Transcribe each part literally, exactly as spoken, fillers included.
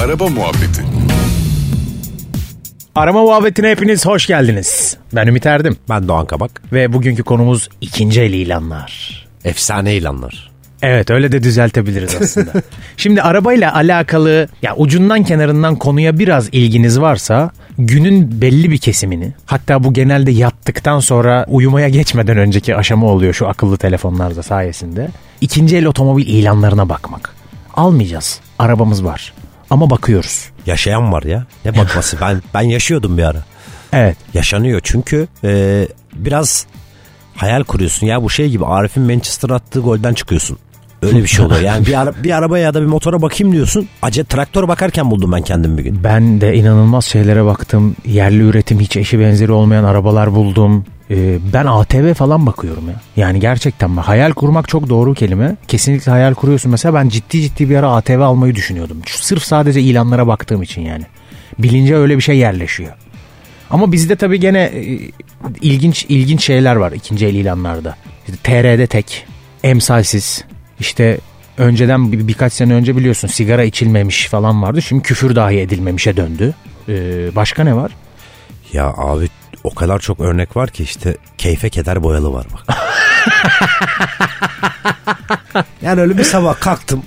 Araba Muhabbeti. Arama muhabbetine hepiniz hoş geldiniz. Ben Ümit Erdem. Ben Doğan Kabak. Ve bugünkü konumuz ikinci el ilanlar. Efsane ilanlar. Evet, öyle de düzeltebiliriz aslında. Şimdi arabayla alakalı ya ucundan kenarından konuya biraz ilginiz varsa günün belli bir kesimini, hatta bu genelde yattıktan sonra uyumaya geçmeden önceki aşama oluyor şu akıllı telefonlarda sayesinde. İkinci el otomobil ilanlarına bakmak. Almayacağız. Arabamız var. Ama bakıyoruz. Yaşayan var ya. Ne bakması? ben ben yaşıyordum bir ara. Evet. Yaşanıyor çünkü e, biraz hayal kuruyorsun. Ya bu şey gibi, Arif'in Manchester'a attığı golden çıkıyorsun. Öyle bir şey oluyor. Yani bir, ara, bir arabaya ya da bir motora bakayım diyorsun. Acı traktöre bakarken buldum ben kendimi bir gün. Ben de inanılmaz şeylere baktım. Yerli üretim, hiç eşi benzeri olmayan arabalar buldum. Ee, ben A T V falan bakıyorum ya. Yani gerçekten bak, hayal kurmak çok doğru kelime. Kesinlikle hayal kuruyorsun. Mesela ben ciddi ciddi bir ara A T V almayı düşünüyordum. Sırf sadece ilanlara baktığım için yani. Bilince öyle bir şey yerleşiyor. Ama bizde tabii gene e, ilginç ilginç şeyler var ikinci el ilanlarda. İşte T R'de tek, emsalsiz. İşte önceden bir, birkaç sene önce biliyorsun sigara içilmemiş falan vardı. Şimdi küfür dahi edilmemişe döndü. Ee, başka ne var? Ya abi o kadar çok örnek var ki, işte keyfe keder boyalı var bak. Yani öyle bir sabah kalktım.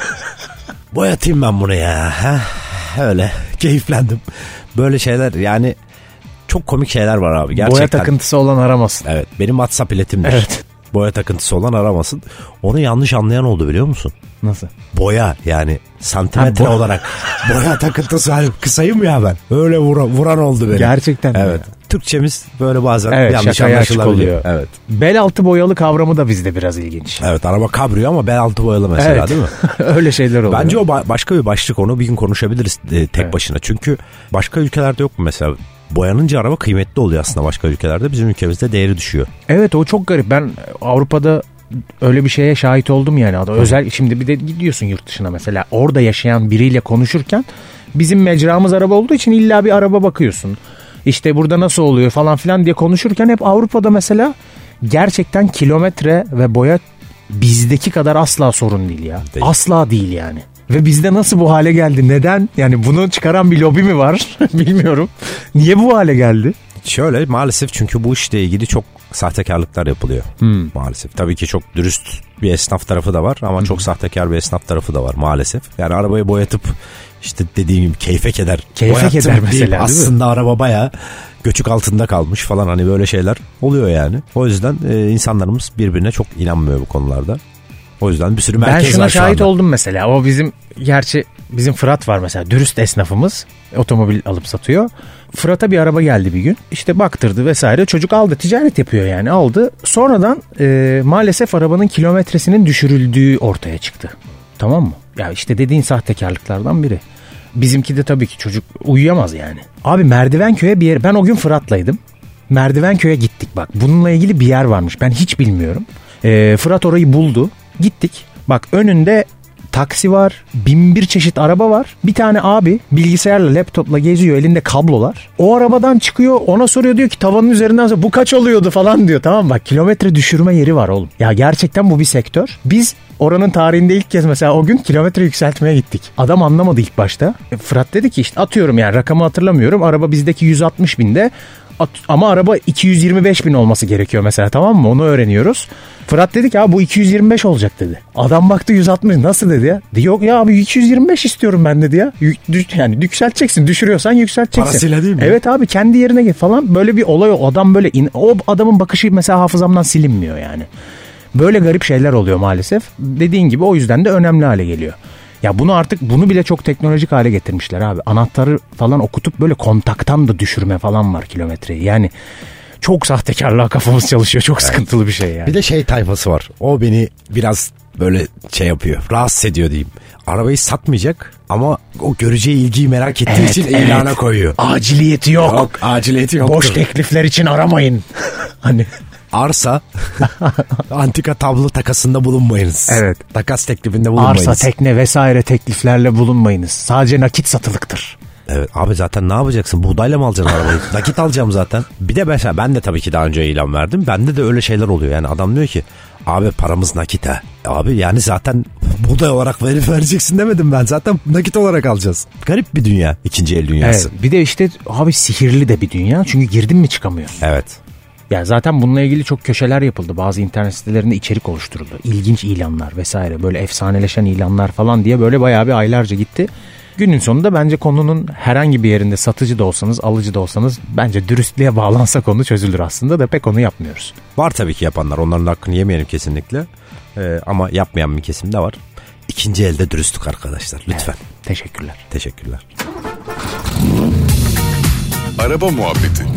Boyatayım ben bunu ya. Heh, öyle keyiflendim. Böyle şeyler yani, çok komik şeyler var abi gerçekten. Boya takıntısı olan aramasın. Evet, benim WhatsApp iletimdir. Evet. Boya takıntısı olan aramasın. Onu yanlış anlayan oldu, biliyor musun? Nasıl? Boya yani santimetre ha, bo- olarak. Boya takıntısı, hani kısayım ya ben. Öyle vuran, vuran oldu beni. Gerçekten. Evet. Ya. Türkçemiz böyle bazen evet, yanlış anlaşılabiliyor. Evet. Bel altı boyalı kavramı da bizde biraz ilginç. Evet, araba kabriyo ama bel altı boyalı mesela, evet. değil mi? Öyle şeyler oluyor. Bence o ba- başka bir başlık, onu bir gün konuşabiliriz e, tek evet. başına. Çünkü başka ülkelerde yok mu mesela? Boyanınca araba kıymetli oluyor aslında başka ülkelerde. Bizim ülkemizde değeri düşüyor. Evet, o çok garip. Ben Avrupa'da öyle bir şeye şahit oldum yani. Özel, şimdi bir de gidiyorsun yurt dışına mesela. Orada yaşayan biriyle konuşurken bizim mecramız araba olduğu için illa bir araba bakıyorsun. İşte burada nasıl oluyor falan filan diye konuşurken hep Avrupa'da mesela gerçekten kilometre ve boya bizdeki kadar asla sorun değil ya. Değil. Asla değil yani. Ve bizde nasıl bu hale geldi? Neden? Yani bunu çıkaran bir lobi mi var? Bilmiyorum. Niye bu hale geldi? Şöyle, maalesef çünkü bu işle ilgili çok sahtekarlıklar yapılıyor. Hmm. Maalesef. Tabii ki çok dürüst bir esnaf tarafı da var ama hmm. çok sahtekar bir esnaf tarafı da var maalesef. Yani arabayı boyatıp işte dediğim gibi keyfe keder. Keyfe keder mesela, değil aslında mi? Araba bayağı göçük altında kalmış falan, hani böyle şeyler oluyor yani. O yüzden e, insanlarımız birbirine çok inanmıyor bu konularda. O yüzden bir sürü merkez var. Ben şuna şahit oldum mesela. O bizim, gerçi bizim Fırat var mesela, dürüst esnafımız, otomobil alıp satıyor. Fırat'a bir araba geldi bir gün. İşte baktırdı vesaire. Çocuk aldı, ticaret yapıyor yani, aldı. Sonradan e, maalesef arabanın kilometresinin düşürüldüğü ortaya çıktı. Tamam mı? Ya işte dediğin sahtekarlıklardan biri. Bizimki de tabii ki çocuk uyuyamaz yani. Abi Merdivenköy'e bir yer. Ben o gün Fırat'laydım. Merdivenköy'e gittik bak. Bununla ilgili bir yer varmış. Ben hiç bilmiyorum. E, Fırat orayı buldu. Gittik. Bak önünde taksi var. Bin bir çeşit araba var. Bir tane abi bilgisayarla, laptopla geziyor. Elinde kablolar. O arabadan çıkıyor. Ona soruyor, diyor ki tavanın üzerinden sonra bu kaç oluyordu falan diyor. Tamam bak, kilometre düşürme yeri var oğlum. Ya gerçekten bu bir sektör. Biz oranın tarihinde ilk kez mesela o gün kilometre yükseltmeye gittik. Adam anlamadı ilk başta. E, Fırat dedi ki işte atıyorum yani, rakamı hatırlamıyorum. Araba bizdeki yüz altmış binde. At, ama araba iki yüz yirmi beş bin olması gerekiyor mesela, tamam mı? Onu öğreniyoruz. Fırat dedi ki abi bu iki yüz yirmi beş olacak dedi. Adam baktı yüz altmış, nasıl dedi ya? Dedi, yok ya abi iki yüz yirmi beş istiyorum ben dedi ya. Yani yükselteceksin, düşürüyorsan yükselteceksin. Parasıyla değil mi? Evet abi, kendi yerine git falan, böyle bir olay. O adam böyle in, o adamın bakışı mesela hafızamdan silinmiyor yani. Böyle garip şeyler oluyor maalesef. Dediğin gibi o yüzden de önemli hale geliyor. Ya bunu artık, bunu bile çok teknolojik hale getirmişler abi. Anahtarı falan okutup böyle kontaktan da düşürme falan var kilometreyi. Yani çok sahtekarlığa kafamız çalışıyor. Çok evet. Sıkıntılı bir şey yani. Bir de şey tayfası var. O beni biraz böyle şey yapıyor. Rahatsız ediyor diyeyim. Arabayı satmayacak ama o göreceği ilgiyi merak ettiği evet, için evet. ilana koyuyor. Aciliyeti yok. Yok, aciliyeti yok. Boş teklifler için aramayın. Hani arsa, antika tablo takasında bulunmayınız. Evet. Takas teklifinde bulunmayınız. Arsa, tekne vesaire tekliflerle bulunmayınız. Sadece nakit satılıktır. Evet abi, zaten ne yapacaksın? Buğdayla mı alacaksın arabayı? Nakit alacağım zaten. Bir de mesela ben de tabii ki daha önce ilan verdim. Bende de öyle şeyler oluyor. Yani adam diyor ki Abi paramız nakit ha. Abi yani zaten buğday olarak verip vereceksin demedim ben. Zaten nakit olarak alacağız. Garip bir dünya. İkinci el dünyası. Evet, bir de işte abi sihirli de bir dünya. Çünkü girdin mi çıkamıyorsun. Evet. Yani zaten bununla ilgili çok köşeler yapıldı. Bazı internet sitelerinde içerik oluşturuldu. İlginç ilanlar vesaire. Böyle efsaneleşen ilanlar falan diye böyle bayağı bir aylarca gitti. Günün sonunda bence konunun herhangi bir yerinde satıcı da olsanız, alıcı da olsanız bence dürüstlüğe bağlansa konu çözülür aslında da pek onu yapmıyoruz. Var tabii ki yapanlar. Onların hakkını yemeyelim kesinlikle. Ee, ama yapmayan bir kesim de var. İkinci elde dürüstlük arkadaşlar. Lütfen. Evet, teşekkürler. Teşekkürler. Araba Muhabbeti